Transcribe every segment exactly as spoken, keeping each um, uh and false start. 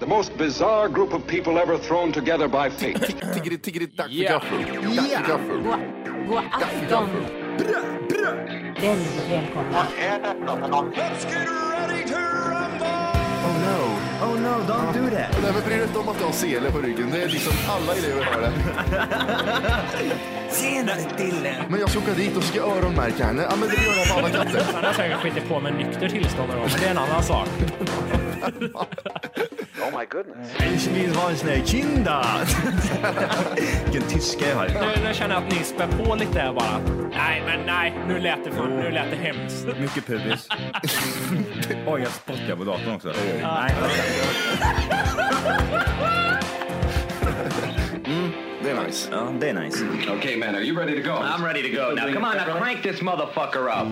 most bizarre group of people ever thrown together by fate. Tiggeri, tiggeri, tack för Yeah. gaffel. Tack för gaffel. God afton. Väldigt välkomna. Oh no, oh no, don't do that. Nej, men bryr dig inte om att du har sele på ryggen. Det är liksom alla elever har det. Senare Dille. Men jag ska åka dit och ska öronmärka henne. Ja, men det gör jag på alla katter. Han har säkert skitit på med nykter tillstånd, men det är en annan sak. Oh my goodness. Ich vill ha en sån här kinda. Vilken tyska jag har. Nu, nu känner jag att ni spär på lite där bara. Nej, men nej. Nu lät det, fan, nu lät det hemskt. Mycket pubis. Oj, jag spottar på datorn också. Nej. Mm, det är nice. Ja, det är nice. Okay, man, are you ready to go? I'm ready to go. Now, come on, now crank this motherfucker up.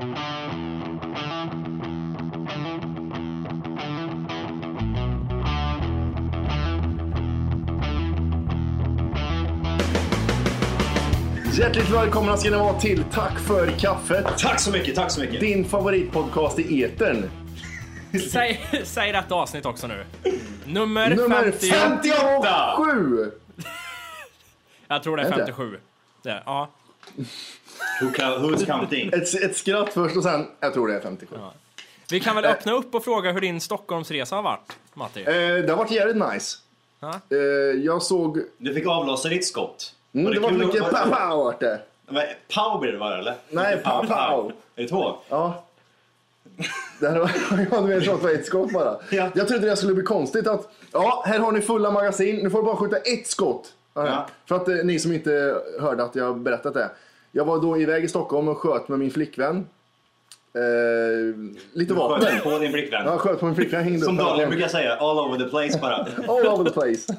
Hjärtligt välkomna ska ni vara till Tack för kaffet. Tack så mycket, tack så mycket. Din favoritpodcast i etern. Säg, säg rätt avsnitt också nu. Nummer, Nummer femtio. femtiåtta! Jag tror det är Är det? femtiosju. Det, ja. Who ca- who's counting? Ett, ett skratt först och sen, jag tror det är femtiosju. Ja. Vi kan väl öppna upp och fråga hur din Stockholmsresa har varit, Matti? Eh, det har varit jävligt nice. Ja. Eh, jag såg... Du fick avlossa ditt skott. Mm, det var kul? mycket Var- pow pow vart det. Men Pow blir det bara, eller? Nej, pow pow. Är det två? Ja. Det här var, jag hade med shot för ett skott bara. Ja. Jag trodde det skulle bli konstigt att, ja, här har ni fulla magasin, nu får du bara skjuta ett skott. Ja. Ja. För att eh, ni som inte hörde att jag berättat det. Jag var då iväg i Stockholm och sköt med min flickvän. Eh, lite vapen. Sköt på din flickvän. Ja, sköt på min flickvän. Hängde Som upp Daniel vapen. brukar säga, all over the place bara. All over the place.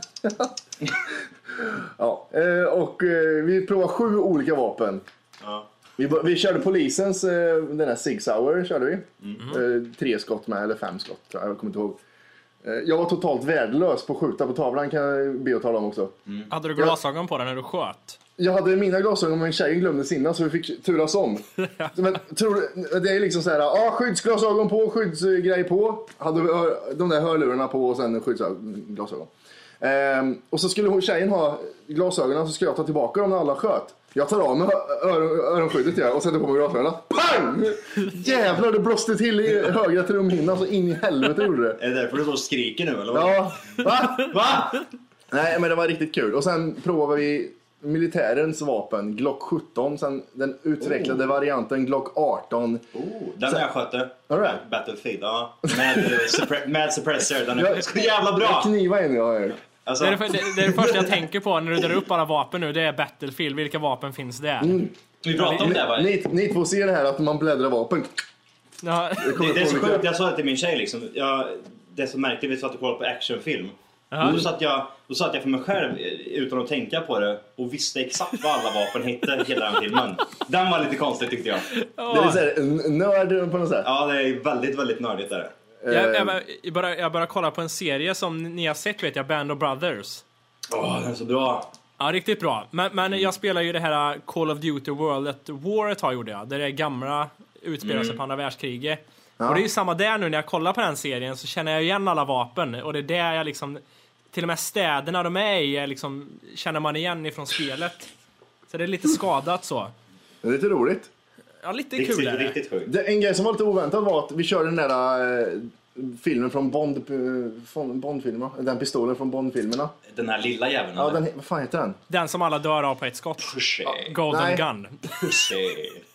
Ja, eh, och eh, vi provade sju olika vapen. Ja. Vi, bör- vi körde polisens, eh, den här Sig Sauer körde vi. Mm. Eh, tre skott med, eller fem skott tror jag, jag kommer inte ihåg. Eh, jag var totalt värdelös på att skjuta på tavlan, kan jag be att tala om också. Hade du glasögon på dig när du sköt? Jag hade mina glasögon men tjejen glömde sina så vi fick turas om. Men tror du, det är liksom så här, ja, skyddsglasögon på, skyddsgrej på. Hade hör- de där hörlurarna på och sen skyddsglasögon. Ehm, och så skulle hon, tjejen ha glasögonen så skulle jag ta tillbaka dem när alla sköt. Jag tar av mig ö- öron, öronskyddet ja, och sätter på mig glasögonen. Pang! Jävlar, det blåste till i högra trumhinnan så in i helvete gjorde det. Är det därför du så skriker nu, eller vad? Ja, va? Va? Nej, men det var riktigt kul. Och sen provade vi militärens vapen, Glock sjutton, sen den utvecklade Oh. varianten Glock arton. Oh, den har jag skötte. Har du det? Battlefield, ja. Med, uh, suppre- med suppressor, den är Jag- så jävla Jag bra. knivar in, ja. Alltså, Det är det, det, det är det första jag tänker på när du drar upp alla vapen nu. Det är Battlefield. Vilka vapen finns det? Mm. vi pratade om det, va? Ni, ni får se det här att man bläddrar vapen. Ja. Det, det är så sjukt, jag sa det till min tjej liksom. Jag, det är så märkligt, vi satt och kollade på actionfilm. Ja. Och då satt, jag, då satt jag för mig själv utan att tänka på det och visste exakt vad alla vapen hette hela den filmen. Den var lite konstigt tyckte jag. Det är så här, en nörd på något sätt. Ja, det är väldigt, väldigt nördigt där. Jag, jag, jag, bara, jag bara kolla på en serie som ni har sett, vet jag, Band of Brothers. Åh, den är så bra. Ja, riktigt bra. Men, men jag spelar ju det här Call of Duty World at War ett tag gjorde jag. Där det är gamla utspelar sig på andra världskriget. Ja. Och det är ju samma där nu när jag kollar på den serien så känner jag igen alla vapen. Och det är där jag liksom, till och med städerna de är i är liksom, känner man igen ifrån spelet. Så det är lite skadat så. Det är lite roligt. Ja, lite Riktigt, kul är det. riktigt sjukt. Det, en grej som var lite oväntad var att vi körde den där eh, filmen från Bond, eh, från Bond-filmerna. Den pistolen från Bond-filmerna. Den här lilla jäveln. Ja, eller? den, vad fan heter den? Den som alla dör av på ett skott. Pussy. Golden Nej. Gun. Pussy.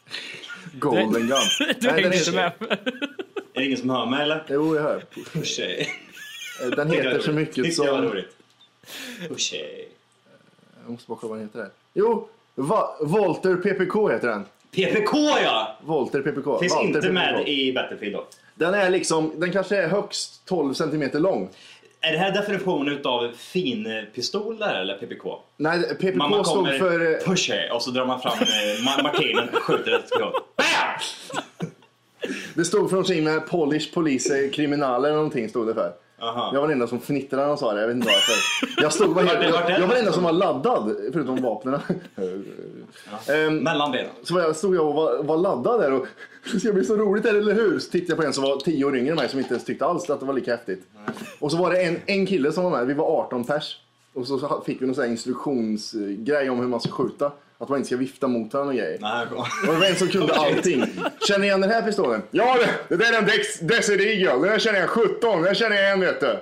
Golden Gun. Du Nej, den hängde inte heter, med. Är det ingen som hör mig eller? jo, jag hör. Pussy. Eh, Den heter så mycket Tyckte jag var som... roligt. Pussy. Jag måste bara kolla vad den heter där. Jo, Va- Volter P P K heter den. P P K ja! Volter P P K. Finns Walter inte P P K. med i Battlefield då. Den är liksom, den kanske är högst tolv centimeter lång. Är det här definitionen utav finpistoler eller P P K? Nej, P P K Man stod kommer för... eh, push här, och så drar man fram eh, ma- martinen och skjuter ett skott. Bam! Det stod för någonting med Polish Police Kriminaler eller någonting stod det för. Aha. Jag var den enda som fnittrade när han sa det, jag vet inte varför. Jag, stod, var helt, jag, jag var den enda som var laddad, förutom vapnen. Ja. um, Mellan benen. Så var jag, stod jag och var, var laddad där och det ska bli så roligt, eller hur? Så tittade jag på en som var tio år yngre än mig som inte ens tyckte alls att det var lika häftigt. Mm. Och så var det en, en kille som var med, vi var arton pers. Och så fick vi någon sån här instruktionsgrej om hur man ska skjuta. Att man inte ska vifta mot honom och grejer. Nej, och det var en som kunde allting. Känner igen den här pistolen? Ja, det, det där är en Dex, Desert Eagle. Den känner jag sjutton. Den känner jag en, vet du.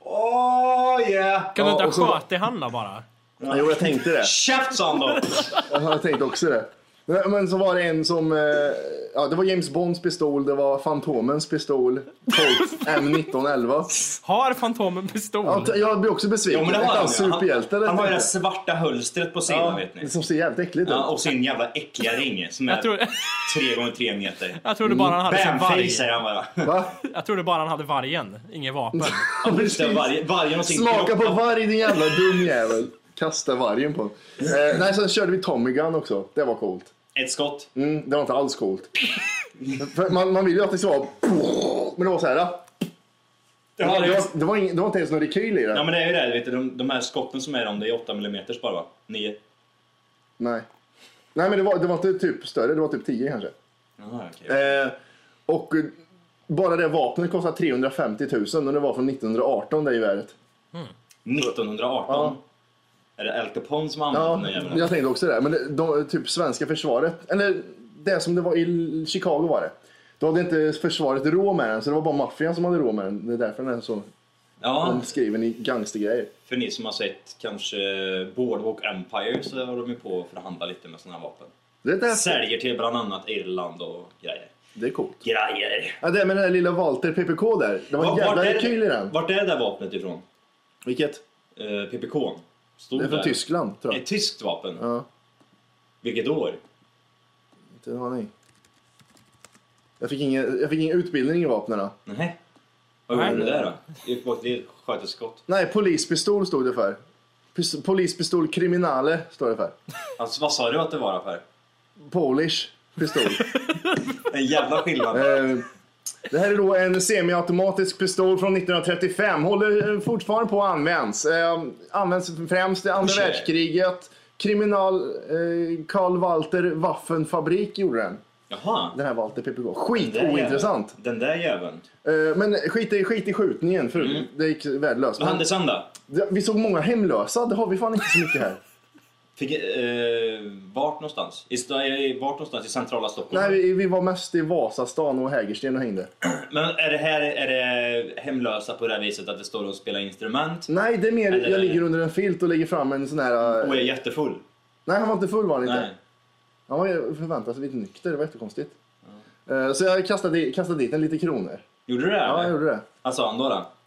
Åh, oh, yeah. Kan du inte ja, ha så... sköt i handen bara? Ja, jo, jag tänkte det. Käft, sa han då. Jag tänkte också det. Men så var det en som, ja, det var James Bonds pistol, det var Fantomens pistol, Colt M nitton elva. Har Fantomen pistol? Ja, jag blir också besviken. Jo, men det har han, superhjälte, han, han har ju det svarta hölstret på sidan, ja, vet ni. Som ser jävligt äckligt ut. Ja, och sin jävla äckliga ring som är tror... tre gånger tre meter. Jag trodde bara han hade sin varg. Säger han bara. Va? Jag trodde bara han hade vargen, ingen vapen. Ja, varje, varje och sin Smaka kropp. på varg, din jävla dum jävel. Kasta vargen på. Eh, nej, sen körde vi Tommy Gun också. Det var coolt. Ett skott. Mm, det var inte alls coolt. För man, man vill ju att det ska vara... Men det var så här. Ja, det, var, det, var, det, var ing, det var inte ens någon rekyl i det. Ja, men det är ju det. Vet du, de, de här skotten som är om det är åtta millimeter bara, va? nio. Nej. Nej, men det var, det var inte typ större. Det var typ tio kanske. Aha, okay. eh, och bara det vapnet kostade trehundrafemtio tusen och det var från nittonhundraarton det i värdet. Mm. nittonhundraarton? Ja. Är det Al Capone som använde ja, den jäveln? Jag tänkte också det. Men det, de, typ svenska försvaret, eller det som det var i Chicago var det. Då hade inte försvaret råd med den, så det var bara maffian som hade råd med den. Det är därför den är så ja. omskriven i gangstergrejer. För ni som har sett kanske Boardwalk Empire så har de ju på att förhandla lite med såna här vapen. Det är säljer till bland annat Irland och grejer. Det är coolt. Grejer. Ja, det är med den där lilla Walter P P K där. Det var en jävla rekyl i den. Vart är det där vapnet ifrån? Vilket? Uh, P P K. Stod det är från där. Tyskland, tror jag. Ett tyskt vapen? Ja. Vilket år? Inte har ni. Jag fick ingen, jag fick ingen utbildning i vapnena. Nej. Vad var det där då? Det sköt ett skott. Nej, polispistol stod det för. Pis, polispistol kriminale står det för. Alltså, vad sa du att det var för? Polish pistol. En jävla skillnad. eh, det här är då en semiautomatisk pistol från nittonhundratrettiofem. Håller fortfarande på att används. Eh, används främst i andra Oche. världskriget. Kriminal eh, Karl Walter Waffenfabrik gjorde den. Jaha. Den här Walter P P K. Skit ointressant. Den där jäveln. Uh, men skit i, skit i skjutningen för mm. det gick värdelöst. Vad hände sen då? Vi såg många hemlösa. Det har vi fan inte så mycket här. Fick, eh, vart någonstans? I, vart någonstans? I centrala Stockholm? Nej, vi, vi var mest i Vasastan och Hägersten och hängde. Men är det här är det hemlösa på det här viset att det står och spelar instrument? Nej, det är mer Eller... jag ligger under en filt och lägger fram en sån här... Uh... Och är jättefull? Nej, han var inte full var han inte. Nej. Han var förväntat sig lite nykter, det var jättekonstigt. Mm. Uh, så jag kastade, kastade dit en lite kronor. Gjorde du det? Ja, jag gjorde det. Vad sa han då då?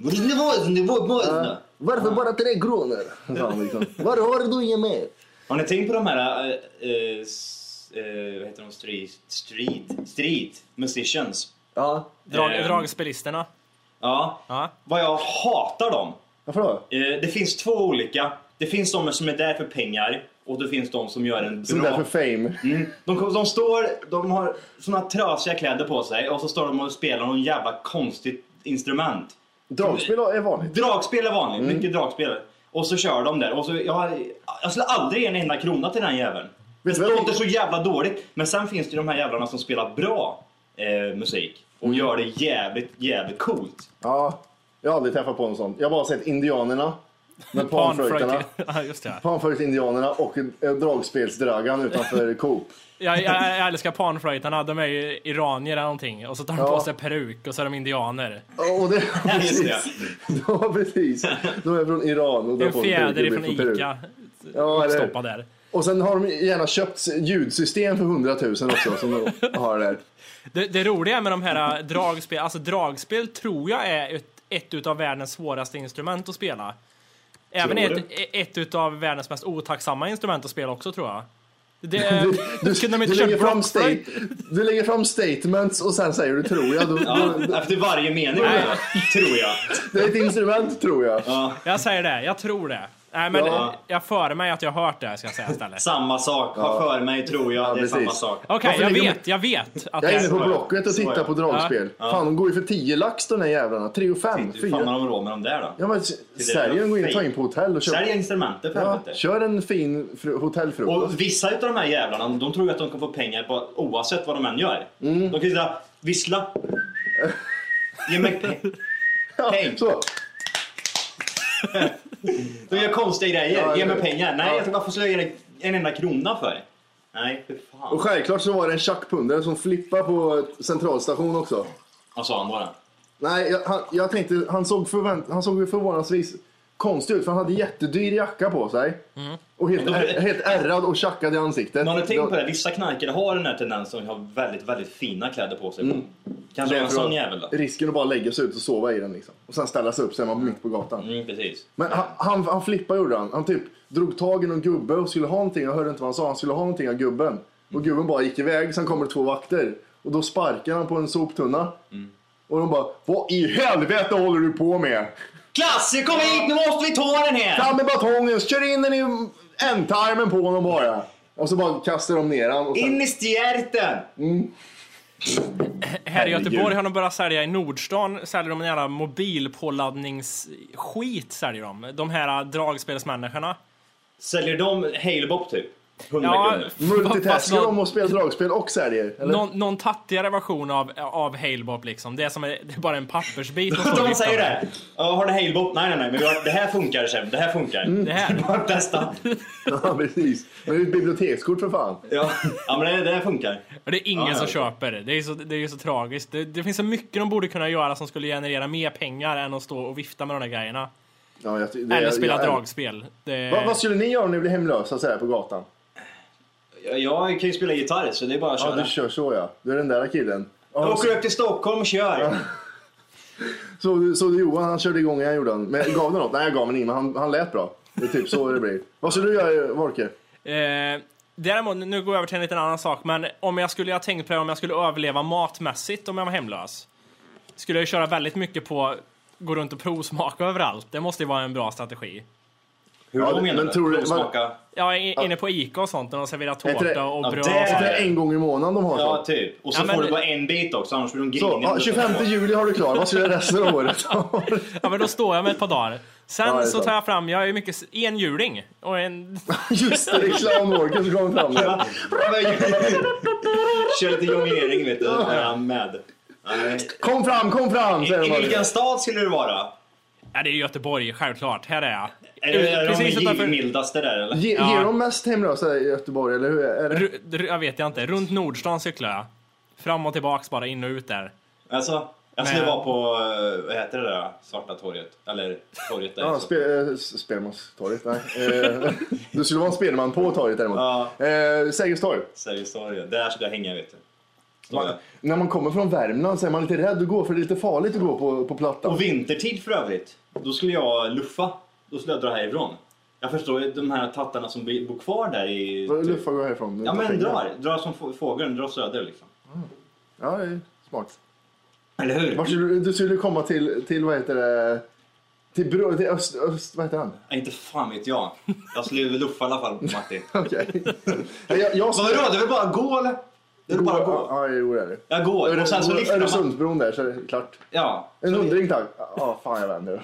Uh, varför bara tre kronor? Sa han liksom. Var har du inget mer? Har ni tänkt på de här äh, äh, vad heter de? Street, street, street musicians? Ja. Drag, ähm, dragspelisterna. Ja. Ja. Vad jag hatar dem. Varför då? Äh, det finns två olika. Det finns de som är där för pengar. Och det finns de som gör en bra... Som är där för fame. Mm. De, de står, de har såna trasiga kläder på sig. Och så står de och spelar någon jävla konstigt instrument. Dragspel är vanligt. Dragspel är vanligt, Mm. mycket dragspel. Och så kör de där. Och så, jag, har, jag skulle aldrig ge en enda krona till den jäveln. Det låter så jävla dåligt. Men sen finns det de här jävlarna som spelar bra eh, musik. Och mm. gör det jävligt, jävligt coolt. Ja, jag har aldrig träffat på en sån. Jag har bara sett indianerna. Med panflöjtarna. Ja, just det. Panflöjt-indianerna och dragspelsdragan utanför Coop. Jag, jag, jag älskar panflöjtarna. De är ju iranier eller någonting. Och så tar de Ja. på sig peruk och så är de indianer. Och det, Ja, just det. ja, precis. De är från Iran. Och Det är en fjäder ifrån Ica. Ja, det- Stoppa där. Och sen har de gärna köpt ljudsystem för hundratusen också som de har där. Det, det roliga med de här dragspel, alltså dragspel tror jag är ett, ett utav världens svåraste instrument att spela. Även Tror ett, ett utav världens mest otacksamma instrument att spela också, tror jag. Det, Du, du, skulle de du, inte lägger köra fram state, blockflöjt? du lägger fram statements och sen säger du tror jag. Du, Ja, du, efter varje mening, Nej. tror jag. det är ett instrument tror jag. Ja. Jag säger det, jag tror det. Nej, men Ja. jag för mig att jag har hört det, ska jag säga istället. Samma sak. Har för mig, tror jag. Ja, det är precis. samma sak. Okej, Varför jag lägger vet, jag vet. Att Jag är inne på Så är det. Blocket och Så är tittar det. på dragspel. Fan, de går ju för tio lax de här jävlarna. tre och fem, Hur fan har fyra. de råd med dem där då? Ja, men säljer de går in och tar in på hotell och Sälj köper. instrumenter för Ja, helvete. kör en fin fru- hotellfrukost. Och vissa utav de här jävlarna, de tror ju att de kan få pengar på oavsett vad de än gör. Mm. De kan ju säga, vissla. Ge mig pengar. Ja, Peng. så. De gör konstiga grejer. Ja, Ge mig ja. pengar. Nej, Ja. jag ska varför ska jag ge dig en enda krona för? Nej, för fan. Och självklart så var det en tjackpundare som flippade på centralstation också. Vad sa han bara? Nej, jag, han, jag tänkte, han såg, förvänt, han såg ju förvånansvis konstig ut för han hade jättedyr jacka på sig. Mm. Och helt, är, helt ärrad och tjackad i ansiktet. Man har tänkt på det, vissa knarkare har den här tendensen att ha väldigt, väldigt fina kläder på sig. Mm. Kanske Det är en för sån att- jävel då? Risken att bara lägga sig ut och sova i den liksom. Och sen ställa sig upp så är man mitt på gatan. Mm, precis. Men han, han, han flippade gjorde han. Han typ drog tag i någon gubbe och skulle ha någonting. Jag hörde inte vad han sa. Han skulle ha någonting av gubben. Och gubben bara gick iväg. Sen kommer det två vakter. Och då sparkar han på en soptunna. Mm. Och de bara, vad i helvete håller du på med? Klasse, kom hit! Nu måste vi ta den här! Fram med batongen, kör in den i ändtarmen på honom bara. Och så bara kastar de ner han. Och sen, In i stjärten! Här i Göteborg har de börjat sälja i Nordstan, säljer de en jävla mobilpåladdningsskit, säljer de. De här dragspelsmänniskorna. Säljer de Halebop typ? hundra Ja, kronor. multitaskar fast någon- de och spelar dragspel och säljer. Eller? Någon, någon tattigare version av, av Halebop liksom. Det är som är, det är bara en pappersbit. och så De viftar säger med. det. Ja, har du Halebop? Nej, nej, nej. Men vi har, det här funkar, Kjell. Det här funkar. Det här. Bara testa. Ja, precis. Men det är ett bibliotekskort för fan. Ja, ja men det, det här funkar. Och det är ingen Ja, som ja. köper det. Det är så, det är så tragiskt. Det, det finns så mycket de borde kunna göra som skulle generera mer pengar än att stå och vifta med de här grejerna. Ja, jag, det, Eller spela jag, dragspel. Det, Vad, vad skulle ni göra om ni blev hemlösa så här på gatan? Jag, jag kan ju spela gitarr, så det är bara att Ja, köra. du kör så ja. Du är den där killen. Jag Ja, åker upp till Stockholm och kör. så, så, så du Johan, han körde igång igen gjorde han. Men gav du något? Nej, jag gav mig in, men han, han lät bra. Det är typ så det blir. Vad skulle du göra, Volke? Eh, däremot, nu går jag över till en liten annan sak. Men om jag skulle ha tänkt på det, om jag skulle överleva matmässigt om jag var hemlös, skulle jag köra väldigt mycket på gå runt och provsmaka överallt. Det måste ju vara en bra strategi. Hur Ja, då menar men du? tror du- Provsmaka? Ja, i- inne på Ica och sånt när de serverar Är inte det- tårta och Ja, bröd. det och är sånt. Det är en gång i månaden de har så. Ja, typ. Och så Ja, men- får du bara en bit också, annars blir de Så, griniga. ja, tjugofemte juli har du klar. Vad ska du göra resten av året? Ja, men då står jag med ett par dagar. Sen Ja, det är så sant. tar jag fram, jag är ju mycket enhjuling och en... Just det, det är clown-Volke som kommer fram där. Kör lite jonglering, vet du. Då är han med. Nej. Kom fram, kom fram! Säger I de vilken bara. stad skulle du vara? Ja, det är Göteborg, självklart. Här är jag. Är det, är Precis de utanför... mildaste där eller? Ge, Ja. Ger de mest hemlösa i Göteborg, eller hur är det? Ru- ru- Jag vet jag inte. Runt Nordstan cyklar jag. Fram och tillbaks bara, in och ut där. Alltså, jag skulle Men- vara på, eh, vad heter det där? Svarta torget? Eller torget där. Ja, så. spe, äh, Spelmanstorget, nej. Eh, du skulle vara en spelman på torget däremot. Ja. Eh, Sergels torg. Sergels torg. Där skulle jag hänga, vet du. Står jag. När man kommer från Värmland så är man lite rädd att gå för det är lite farligt att gå på, på plattan. Och vintertid för övrigt, då skulle jag luffa. Då skulle jag dra härifrån. Jag förstår ju de här tattarna som bor kvar där i... Då Luffa går härifrån. Ja Ta men pengar. drar, drar som få- fågeln, drar söder liksom. Ja, det är smart. Eller hur? Vart skulle du, du skulle komma till, till vad heter det? Till, bro, till öst, öst, vad heter han? Nej, inte fan vet jag. Jag skulle luffa i alla fall, Matti. Okej. jag, jag Vad skulle... vadå, det är väl bara att gå eller? Det är väl bara att gå. Ja, jo det är det. Jag går, och sen så lyfter man. Öresundsbron där så är det klart. Ja. En Så- hundring tack. Ja, fan jag vänder.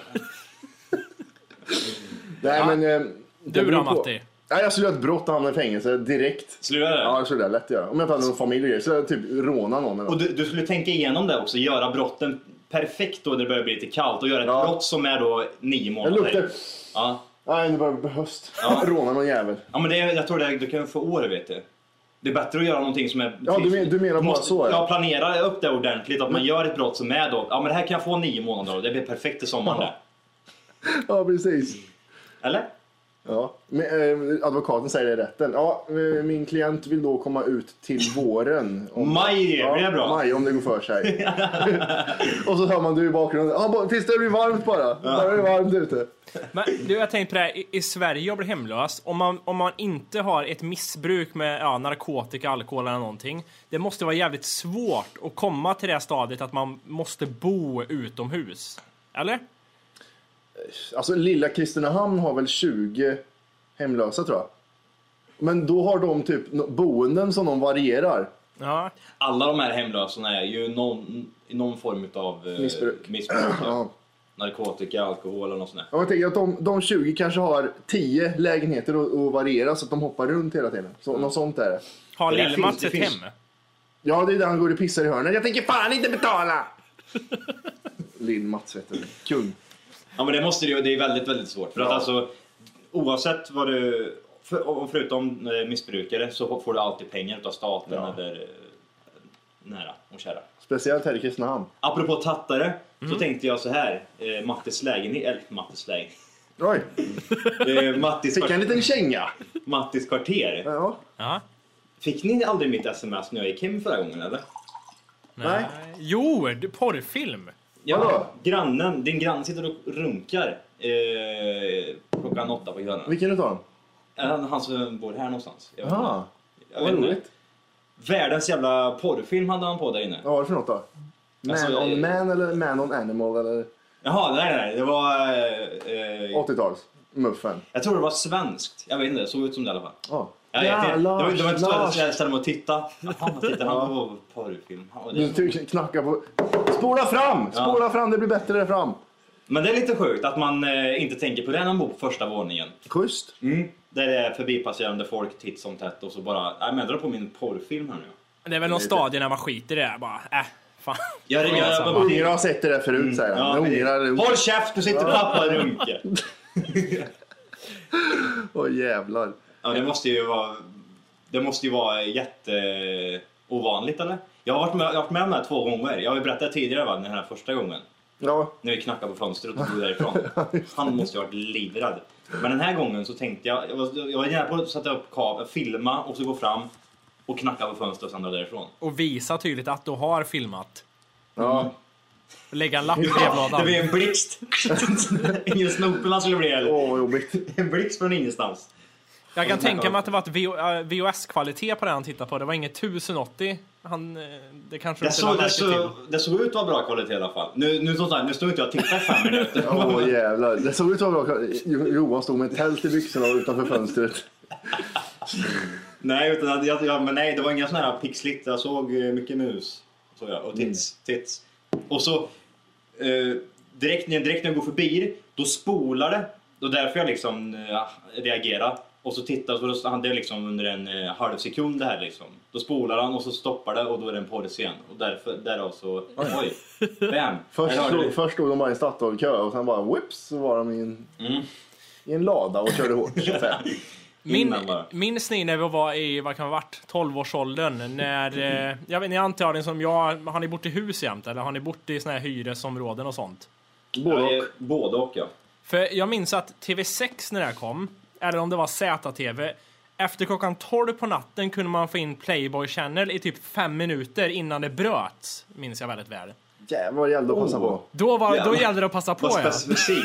Nej men... eh, det Du beror då, på. Matti? Nej, jag skulle göra ett brott och hamna i fängelse direkt. Skulle du göra det? Ja, det skulle jag lätt göra. Om jag inte hade någon familj och grejer, så jag typ råna någon eller Och något. du, du skulle tänka igenom det också, göra brotten perfekt då det börjar bli lite kallt och göra ett Ja. brott som är då nio Jag månader. luktar... Ja. Nej, det börjar bli höst. Ja. Råna någon jävel. Ja men det är, jag tror det, du kan få år, vet du. Det är bättre att göra någonting som är... Ja, du men- du menar bara måste, så, ja. Ja, planera upp det ordentligt. Att man gör ett brott som är då... Ja men det här kan jag få nio månader och det blir perfekt i sommaren där. Ja, precis. Eller? Ja. Men, eh, advokaten säger det i rätten. Ja, eh, min klient vill då komma ut till våren. Om, Maj, ja, det är bra. Maj, om det går för sig. Och så hör man du i bakgrunden. Ja, bara- tills det blir varmt bara. Bara det är varmt ute. Men du, jag har tänkt på det här, i, i Sverige och bli hemlös, om man, om man inte har ett missbruk med ja, narkotika, alkohol eller någonting, det måste vara jävligt svårt att komma till det här stadiet att man måste bo utomhus. Eller? alltså lilla Kristinehamn har väl tjugo hemlösa tror jag. Men då har de typ boenden som de varierar. Ja. Alla de här hemlösa är ju någon, i någon form av eh, Missbruk. missbruk. Ja. Narkotika, alkohol och något sånt där. Jag tänker att de, de tjugo kanske har tio lägenheter att, att variera så att de hoppar runt hela tiden. Så, mm. Något sånt är det. Har Det där Lill-Mats finns- det ett finns- hem? Ja, det är där han går och pissar i hörnet. Jag tänker fan inte betala! Lill-Mats vet du. Kung. Ja, men det måste det ju, det är väldigt, väldigt svårt. För Ja. att alltså, oavsett vad du, för, och förutom eh, missbrukare så får du alltid pengar av staten Ja. eller eh, nära och kära. Speciellt här i Kristinehamn. Apropå tattare så tänkte jag så här, eh, Mattis lägenhet, eller Mattis lägenhet, Oj, eh, Mattis, fick jag en liten känga. Mattis kvarter. Ja. Ja. Fick ni aldrig mitt sms när jag gick hem förra gången eller? Nej. Jo, du- porrfilm. Vadå? Grannen, din granne sitter och runkar eh, klockan åtta på kvällen. Vilken utav dem? Han, han som bor här någonstans. Jag vet inte. Jaha, Jag vad vet inte. roligt. Världens jävla porrfilm hade han på där inne. Vad var det för något då? Man Alltså, on eh, man eller man on animal eller Jaha, nej nej, det var... Eh, eh, åttio-tals? Muffen. jag tror det var svenskt. Jag vet inte, det såg ut som det i alla fall. Ja. Ja, jag, Ja, det, det, var, det var inte så att Lars. jag ställde mig och tittade. Jaha, titta, han var på porrfilm. Ja, Du det... tycker- knackar på... Spola fram! Spola Ja. fram, det blir bättre där fram. Men det är lite sjukt att man eh, inte tänker på det när man bor på första våningen. Schysst. Mm. Där det är förbipasserande folk titt som tätt och så bara, nej men jag drar på min porrfilm här nu. Det är väl någon stadie när man skiter i det. Bara, äh, fan. Jag, jag, jag, jag, Ungarna har sett det där förut, säger han. ja, Ungarna... håll käft, nu sitter pappa och runkar. Åh jävlar. Ja, det måste ju vara, det måste ju vara jätte ovanligt eller? Jag har varit med, jag har varit med om det här två gånger. Jag har ju berättat tidigare va, den här första gången. Ja, När vi knackade på fönstret och tog därifrån. Han måste ju ha varit livrädd. Men den här gången så tänkte jag, jag var, jag var gärna på att sätta upp kameran, filma och så gå fram och knacka på fönstret och sen dra därifrån. Och visa tydligt att du har filmat. ja. Och lägga en lapp i Det brevlådan. blir en blixt. Ingen snopen skulle bli heller. Åh, vad jobbigt. En blixt från ingenstans. Jag kan tänka mig att det var ett V H S-kvalitet på det han tittade på. Det var inget tusen åttio. Han, eh, det kanske Det inte såg, lade det, märke till. såg, det såg ut att vara bra kvalitet i alla fall. Nu, nu, nu, nu stod inte jag och tittade i fem minuter. Åh jävlar. Det såg ut att vara bra. Johan stod med ett tält i byxorna utanför fönstret. Nej, utan att jag, jag, men nej, det var inga såna här pixligt. Jag såg eh, mycket mus. Så jag, och tits, tits. Och så eh, direkt, när, direkt när jag går förbi, då spolar det. Och därför jag liksom eh, reagerar. Och så tittar så då, han det är liksom under en eh, halv sekund det här liksom. Då spolar han och så stoppar det och då är det en porrscen. Och därför, därav så, oj, bam. Först Där hörde stod, vi. först stod de bara i en Statoil-kö och sen bara whips så var de i en, Mm. i en lada och körde hårt. tjugofem. Min, Innan bara. minns ni när vi var i, vad kan det ha varit, tolv-årsåldern? När, eh, jag vet, ni antagligen som jag, har ni bott i hus jämt? Eller har ni bott i såna här hyresområden och sånt? Både Ja, eh, och. både och ja. För jag minns att T V sex när det här kom, eller om det var Z T V, efter klockan tolv på natten kunde man få in Playboy Channel i typ fem minuter innan det bröts. Minns jag väldigt väl. Jävlar vad det gällde att passa Oh. på. Då, var, då Jävlar. gällde det att passa på, Vad ja. specifikt.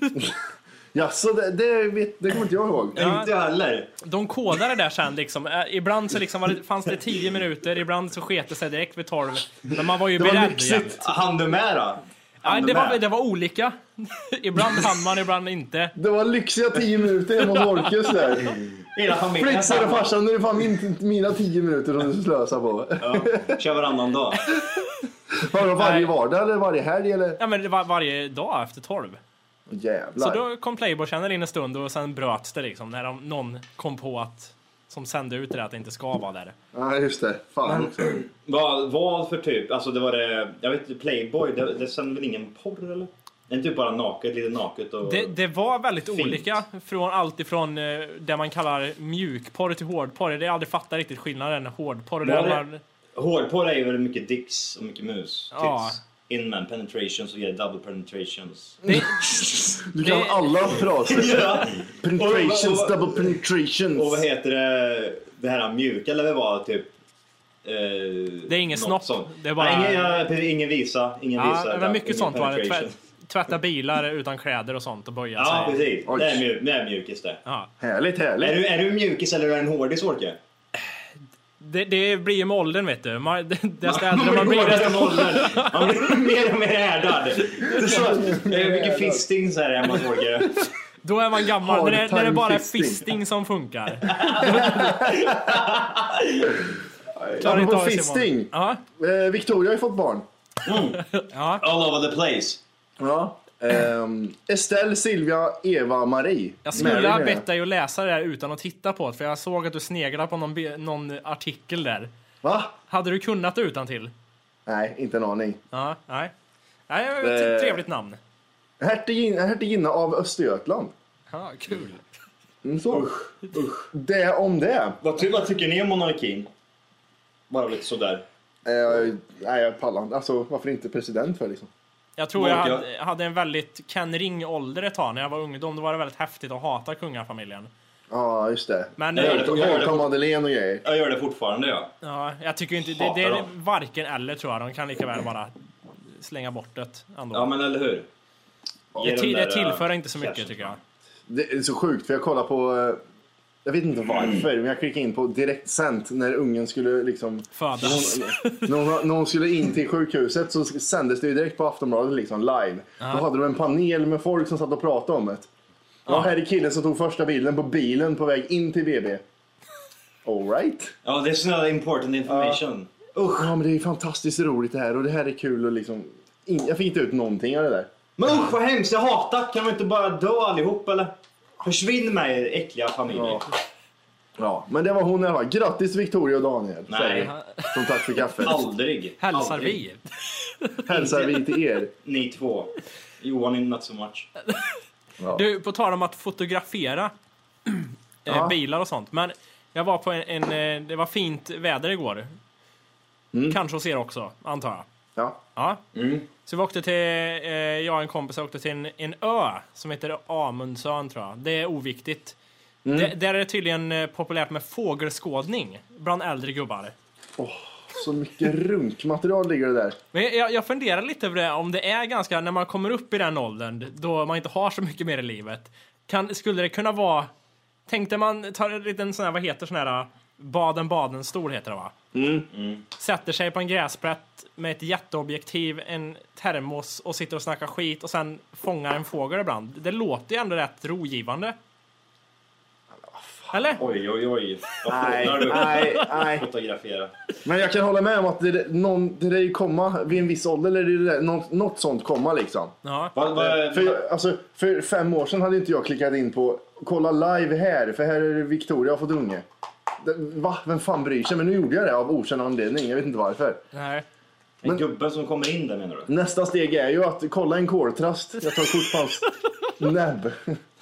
Jaså, det, det, vet, det kommer inte jag ihåg. Ja. Inte jag heller. De kodade det där sen liksom. Eh, Ibland så liksom var det, fanns det tio minuter, ibland så sket det sig direkt vid tolv. Men man var ju Det var beredd lyxigt. jämt. Han du med då? Ja, Han det, du var, med? det var olika. Ibland hann man, ibland inte. Det var lyxiga tio minuter hemma hos Orkus där. Hela familjen Flytt säger samma. farsan, nu är det fan min, mina tio minuter som du slösar på. Ja, kör varannan dag. Var det varje Nej. vardag eller varje helg eller? Ja, men det var varje dag efter tolv. Jävlar. Så då kom Playboy Channel in en stund och sen bröts det liksom. När de, någon kom på att, som sände ut det där, att det inte ska vara där. Ja, just det. Fan också. Vad, vad för typ? Alltså det var det, jag vet inte, Playboy, det, det sände väl ingen porr eller? Det är typ bara naket, lite naket och... Det, det var väldigt Fint. olika. Från allt ifrån eh, det man kallar mjukporr till hårdporr. Det har aldrig fattat riktigt skillnaden. Hårdporr och det Var det- man, Hårdporr är ju väldigt mycket dicks och mycket mus. Ja. Tits. Inman penetrations och double penetrations. det, Du kan Det- alla fraser. Ja. Penetrations, Och- och- double penetrations. Och vad heter det, det här mjuka eller vad var typ... Eh, Det är ingen något snopp, sånt. det är bara- Nej, ingen, ja, ingen visa, ingen ja, visa. det var mycket ingen sånt. Var det. penetration. Tvätt, tvätta bilar utan kläder och sånt och böja Ja, sig. precis. Oj. Det är, mjuk, det är mjukis det. Ja. Härligt, Är härligt. du, är du mjukis eller är du en hårdis, Orke? Det, det blir ju med åldern, vet du. Man, desto äldre man blir, desto åldern. Man blir mer och mer härdad. Det är så, det är mycket fisting så här hemma hos Folke. Då är man gammal, när det, när det bara är fisting som funkar. Klarar inte av fisting. Ja. Eh, Victoria har ju fått barn. Mm. Ja. All over the place. Ja. Um, Estelle, Silvia, Eva, Marie. Jag skulle ha Mary, bett dig att läsa det där utan att titta på det, för jag såg att du sneglade på någon, någon artikel där. Va? Hade du kunnat det utan till? Nej, inte en aning. Ja, nej. Nej, ett trevligt namn. Hertigin, hertiginna av Östergötland. Ja, kul. Mm, så. Usch, usch. Det om det. Vad, ty- vad tycker ni om monarkin? Bara lite sådär. Eh, nej, jag pallar inte. Alltså, varför inte president för liksom? Jag tror jag hade, hade en väldigt Ken Ring-ålder ett tag. När jag var ungdom, då var det väldigt häftigt att hata kungafamiljen. Ja, just det. Men jag gör det, jag gör det Håkan Madeleine och grejer. Jag gör det fortfarande, ja. Ja, jag tycker inte det, det är varken eller, tror jag. De kan lika väl bara slänga bort det ändå. Ja, men eller hur? Det, till, det tillför inte så mycket, tycker jag. Det är så sjukt, för jag kollar på... Jag vet inte varför, men jag klickade in på direkt sänt när ungen skulle liksom... Födas. När hon, när hon skulle in till sjukhuset så sändes det ju direkt på Aftonbladet liksom live. Ja. Då hade de en panel med folk som satt och pratade om det. Ja, Ja. här är killen som tog första bilden på bilen på väg in till B B. All right. Ja, det är sån important information. Ja. Usch. Ja, men det är fantastiskt roligt det här och det här är kul och liksom... In, jag fick inte ut någonting av det där. Men usch vad hemskt, jag hatar. Kan vi inte bara dö allihop eller? Försvinn med er äckliga familjer. Ja. Ja, men det var hon i alla fall. Grattis Victoria och Daniel. Nej. Säger. Som tack för kaffet. Aldrig. Hälsar Aldrig. vi. Hälsar vi till er. Ni två. Johan not so much. Ja. Du, på tal om att fotografera eh, Ja. bilar och sånt. Men jag var på en, en eh, det var fint väder igår. Mm. Kanske hos er också, antar jag. Ja. Ja. Mm. Så vi åkte till, eh, jag och en kompis åkte till en, en ö som heter Amundsön, tror jag. Det är oviktigt. Mm. Det, där är det tydligen eh, populärt med fågelskådning bland äldre gubbar. Oh, så mycket runkmaterial ligger det där. Men jag, jag funderar lite över det, om det är ganska, när man kommer upp i den åldern då man inte har så mycket mer i livet. Kan, skulle det kunna vara, tänkte man tar en liten sån här, vad heter sån här Baden-Baden-stol heter det, va? Mm. Mm. Sätter sig på en gräsplätt med ett jätteobjektiv, en termos och sitter och snackar skit och sen fångar en fågel ibland. Det låter ju ändå rätt rogivande. Eller? Oj, oj, oj. Vad Nej, fåglar du? nej, nej. Fotografera. Men jag kan hålla med om att det, någon, det är ju komma vid en viss ålder, eller det är något, något sånt komma liksom. Ja. Vad, vad, För, jag- alltså, för fem år sedan hade inte jag klickat in på kolla live här, för här är det Victoria har fått unge. Det, va? Vem fan bryr sig? Men nu gjorde jag det av okänd anledning, jag vet inte varför. Nej. en gubbe som kommer in där, menar du? Nästa steg är ju att kolla en koltrast. Jag tar kort på hans näbb.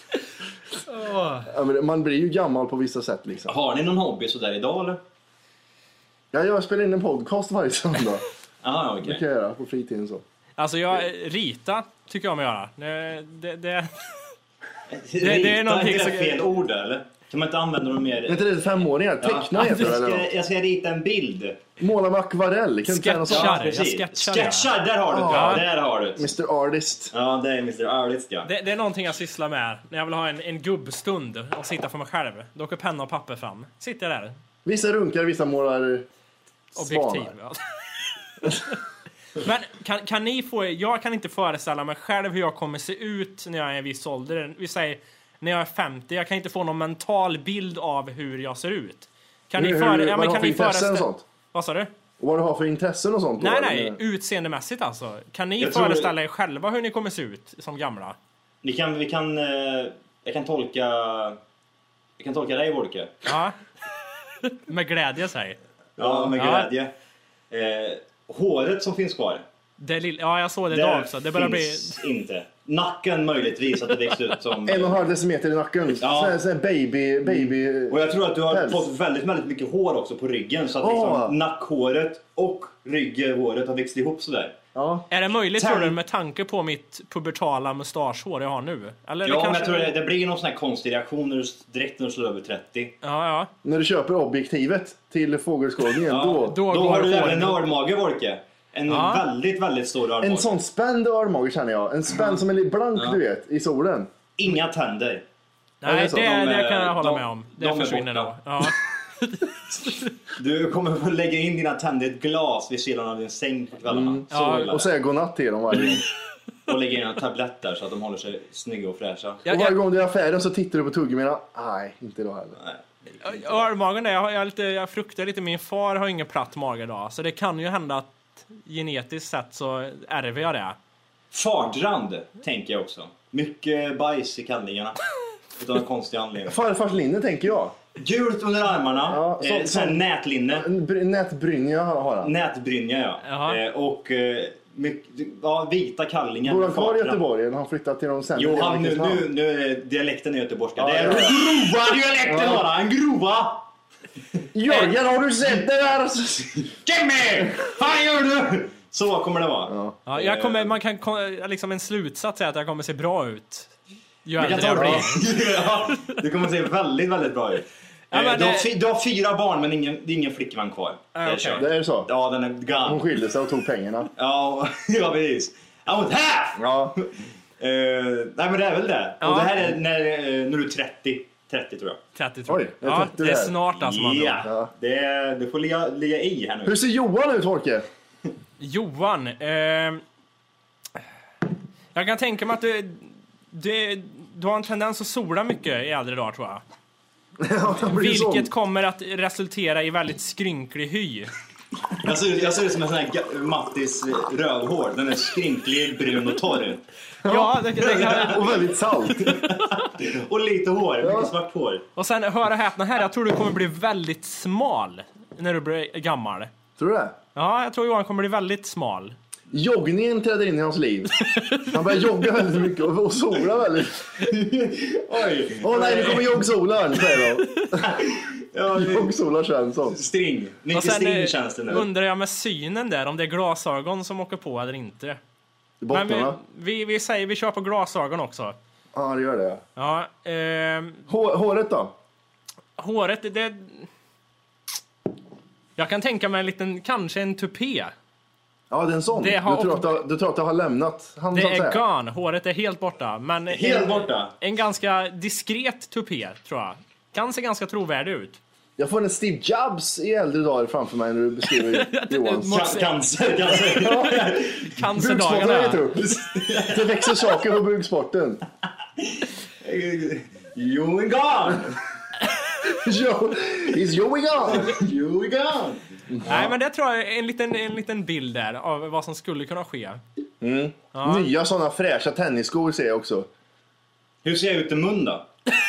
Ja, men man blir ju gammal på vissa sätt liksom. Har ni någon hobby sådär idag, eller? Ja, jag spelar in en podcast varje söndag. Ja, Det okej. kan jag göra på fritiden så. Alltså jag, rita tycker jag om att göra. Det, det, det, Det, det är någonting inte som- det fel ord, eller? Kan man inte använda något mer? Är inte det femåringar? Teckna heter det jag, eller ska, något? jag ska rita en bild. Måla med akvarell. Kan inte träna så. Sketchar. precis. jag sketchar, ja. Sketchar, där har du det. Ja. Ja. Där har du det. mister Artist. Ja, det är mister Artist, ja. Det, det är någonting jag sysslar med när jag vill ha en, en gubbstund och sitta för mig själv. Då åker penna och papper fram. Sitter jag där. Vissa runkar, vissa målar Objektiv. svanar. Ja. Men kan, kan ni få... Jag kan inte föreställa mig själv hur jag kommer se ut när jag är i en viss ålder. Vi säger när jag är femtio. Jag kan inte få någon mental bild av hur jag ser ut. Kan Hur- ni, före, hur- ja, vad men du har kan för ni intressen och föreställa... sånt? Vad sa du? Och vad du har för intressen och sånt då, Nej, eller? nej. Utseendemässigt alltså. Kan ni Jag tror- föreställa er själva hur ni kommer se ut som gamla? Vi kan, vi kan, eh, jag kan tolka... Jag kan tolka dig, Volke. Ja. Med glädje, säg. Ja, med Ja. glädje. Eh, håret som finns kvar. Det lill... Ja, jag såg det idag också. Det börjar bli... finns inte. Nacken möjligtvis, att det växer ut som... En och en halv decimeter i nacken. Ja. Sån här, sån här baby, baby... Och jag tror att du har Päls. fått väldigt, väldigt mycket hår också på ryggen. Så att Åh. liksom nackhåret och rygghåret har växt ihop sådär. Ja. Är det möjligt, Sen- tror du, med tanke på mitt pubertala mustaschhår jag har nu? Eller Ja, det men kanske... jag tror det, det blir någon sån här konstig reaktion när du, direkt när du slår över trettio. Ja, ja. När du köper objektivet till fågelskådningen, Ja, då... Då Då går har du håret- även en örmage, Volke. En Ja. väldigt, väldigt stor örmage. En sån spänd örmage känner jag. En spänd som är lite blank, Ja. du vet, i solen. Inga tänder. Ja, det Nej, är så. det, De det är- kan jag hålla de- med om. Det de är försvinner borta. nog. Ja. Du kommer få lägga in dina tänder i ett glas vid sidan av din säng på kvällarna. Mm. Så Ja, illa. Och säga godnatt till dem varje gång. Och lägga in en tablett där så att de håller sig snygga och fräscha. Jag, Och varje jag, gång du är i affären så tittar du på tuggummina. Nej, inte idag heller. Nej. ölmagen där, jag, har- jag, har lite, jag fruktar lite, min far har ingen platt mage idag. Så det kan ju hända att genetiskt sett så ärver jag det. Fartrand tänker jag också. Mycket bajs i kallingarna. Utan en konstig anledning. Farfars linne tänker jag. Gult under armarna. Ja, eh, som- sån här som- nätlinne. En br- nätbrynja har han. Nätbrynja, ja. Jaha. Eh, och eh, mycket, ja, vita kallingar. Bor med han kvar i fartrand. Göteborg eller har han flyttat till någon sämre Jo, del av han, nu, Kristinehamn? nu, nu är dialekten är göteborgska. Ja, det är ja. den grova dialekten, Ja. har han. Grova! Jörgen, har du sett det där? Jimmy! Vad gör du? Så kommer det vara. Ja. Ja, jag kommer, man kan ko- liksom en slutsats är att jag kommer se bra ut. Ju Vi kan äldre ta jag det. blir. Ja, det kommer se väldigt, väldigt bra ut. Ja, Eh, men du, har det- fy, du har fyra barn men ingen, det är ingen flickvän kvar. Det är okej. kört. Det är så. Ja, den är Hon gone. skilde sig och tog pengarna. Ja, ja, precis. I want half! Ja. Eh, nej, men det är väl det. Ja. Och det här är när, eh, när du är trettio. trettio tror jag. trettio tror Oj, jag. jag Ja, tänkte det är det här. snart alltså man Ja, Ja. det är, du får ligga, ligga i här nu. Hur ser Johan ut, Holke? Johan, eh, jag kan tänka mig att du, du, du har en tendens att sola mycket i äldre dagar tror jag. Ja, han blir sån. Vilket kommer att resultera i väldigt skrynklig hy. Jag ser, jag ser ut som en sån här ga- Mattis rövhår. Den är skrynklig, brun och torr. Ja, det, det kan, Och väldigt salt. Och lite hår, mycket svart hår. och sen hör och häpna här, jag tror du kommer bli väldigt smal när du blir gammal. Tror du det? Ja, jag tror Johan kommer bli väldigt smal. Joggningen träder in i hans liv. Han börjar jogga väldigt mycket och, och sola väldigt. Oj! Åh nej, nu kommer joggsolaren, säger de. Ja, det- Joggsolar Svensson. String. Och Mycket sen string eh, känns det nu. undrar jag med synen där, om det är glasögon som åker på eller inte. I Men vi, bottnarna. vi, vi säger vi kör på glasögon också. Ja, det gör det. Ja, ehm, Hår, håret då? håret, det, det... Jag kan tänka mig en liten, kanske en tupé. Ja, det är en sån. Det har- Du, tror att du, du tror att du har lämnat han, Det så att är säga. gone, håret är helt borta. Men Helt en, borta? En ganska diskret tupé, tror jag. Kan se ganska trovärdig ut. Jag får en Steve Jobs i äldre dagar framför mig när du beskriver Johans. må- Ca- Cancer, cancer. Buksporten Cancerdagarna. vet du. Det växer saker på buksporten. You and gone! Jo, he's Joey gone. You and gone! Nej, men det tror jag är en liten, en liten bild där av vad som skulle kunna ske. Nya sådana fräscha tennisskor ser jag också. Hur ser jag ut i mun då?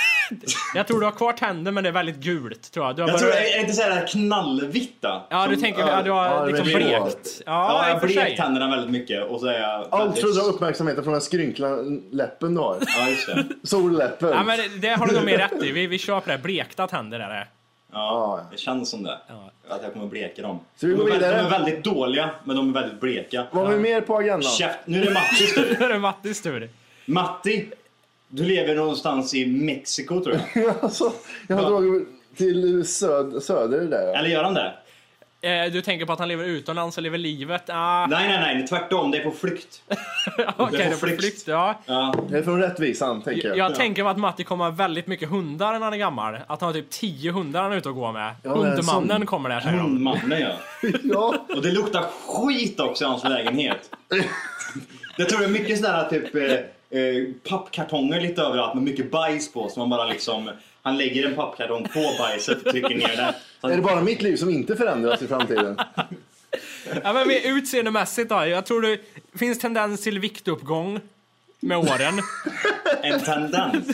Jag tror du har kvar tänder, men det är väldigt gult, tror jag. Du har Jag tror, bara- är det inte så här knallvita? Ja, du Som- tänker att du har Ja, det liksom blir blå. blekt. Ja, Ja, jag i har och för sig. blekt tänderna väldigt mycket och så är jag Allt väldigt- för att dra uppmärksamheten från den skrynkla läppen du har. Ja, just det. Solläppen. Ja, men det, det har du nog mer rätt i. Vi, vi kör på det. Blekta tänder är det. Ja, det känns som det. Att jag kommer bleka dem. Så vi de, går är väldigt, de vidare. är väldigt dåliga, men de är väldigt bleka. Vad har vi mer på agendan? Käft, nu är det Mattis tur. Nu är det Mattis tur. Matti, du lever någonstans i Mexiko tror jag. Alltså, jag har dragit till söd, söder där. Ja. Eller gör han det? Eh, du tänker på att han lever utomlands och lever livet? Ah, Nej, nej, nej. Tvärtom. Det är på flykt. okej, det är på flykt. flykt. Ja. Ja. Det är från rättvisan, tänker Jag, jag. jag tänker mig att Matti kommer ha väldigt mycket hundar när han är gammal. Att han har typ tio hundar han är ute och går med. Ja, men en Hundmannen sån- kommer där, säger de. Hundmannen, ja. Ja. Och det luktar skit också i hans lägenhet. Jag tror det är mycket sådana här typ eh, eh, pappkartonger lite överallt med mycket bajs på. Så man bara liksom, han lägger en pappkartong på bajset och trycker ner det. Så Är det han, bara mitt liv som inte förändras i framtiden? Ja, men vi- utseendemässigt då. Jag tror det finns tendens till viktuppgång med åren. en tendens.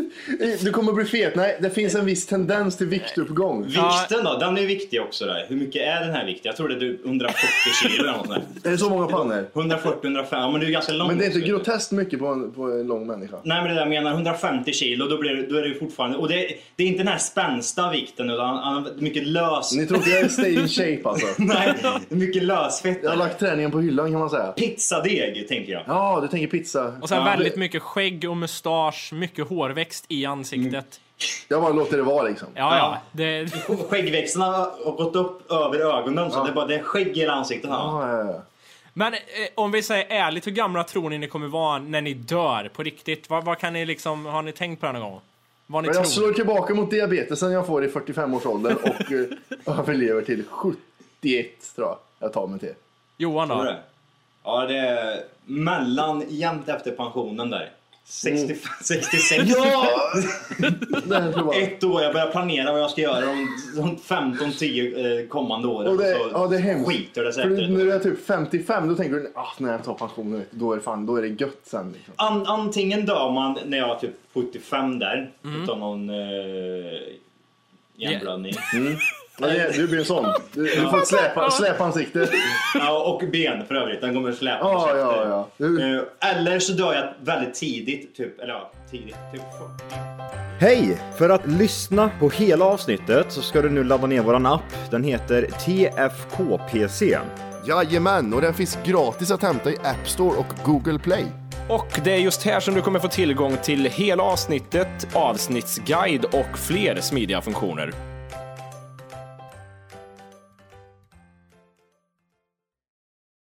Du kommer bli fet. Nej, det finns en viss tendens till viktuppgång. Vikten då, den är viktig också där. Hur mycket är den här vikten? Jag tror det är hundrafyrtio kilo eller något sånt där. Är det så många pannor? hundrafyrtio hundrafem, ja men det är ganska långt. Men det är inte också. groteskt mycket på en, på en lång människa. Nej, men det där jag menar hundrafemtio kilo, då, blir det, då är det ju fortfarande... Och det, det är inte den här spänsta vikten, utan han har mycket lös... Ni tror inte jag är stay in shape alltså? Nej, mycket lösfett. Jag har lagt träningen på hyllan kan man säga. Pizzadeg, tänker jag. Ja, du tänker pizza. Och sen Ja, väldigt det- mycket skägg och mustasch, mycket hårväxt i ansiktet. Jag bara låter det vara liksom. Ja, ja. Det, Skäggväxterna har gått upp över ögonen, så det är bara det är skägg i hela ansiktet. här. Ja, ja, ja. men eh, om vi säger ärligt, hur gamla tror ni ni kommer vara när ni dör på riktigt? Vad, vad kan ni liksom, har ni tänkt på det någon gång? vad ni Men tror. jag slår tillbaka mot diabetesen jag får i fyrtiofem-årsåldern och uh, överlever till sjuttioett tror jag jag tar mig till. Johan då? Ja, det är mellan jämnt efter pensionen där. sextiofem, sextiosex. Ja! Ett år, jag börjar planera vad jag ska göra om, om femton tio eh, kommande åren. Och det, så ja, det är hemskt. skiter det sig För efter. när du är typ femtiofem då tänker du ah, när jag tar pensionen då är det fan, då är det gött sen liksom. An, antingen dör man när jag är typ sjuttiofem där Mm. utan någon eh, hjärnblödning. Mm. Ja, det, du blir en sån. Du, du får ett släpa, släpansikte. Ja, och ben för övrigt, den kommer släpa. Ja, ja, ja. Du... Eh, Eller så dör jag väldigt tidigt, typ, eller ja, tidigt, typ fyrtio. Hej! För att lyssna på hela avsnittet så ska du nu ladda ner våran app. Den heter T F K P C. Jajamän, och den finns gratis att hämta i App Store och Google Play. Och det är just här som du kommer få tillgång till hela avsnittet, avsnittsguide och fler smidiga funktioner.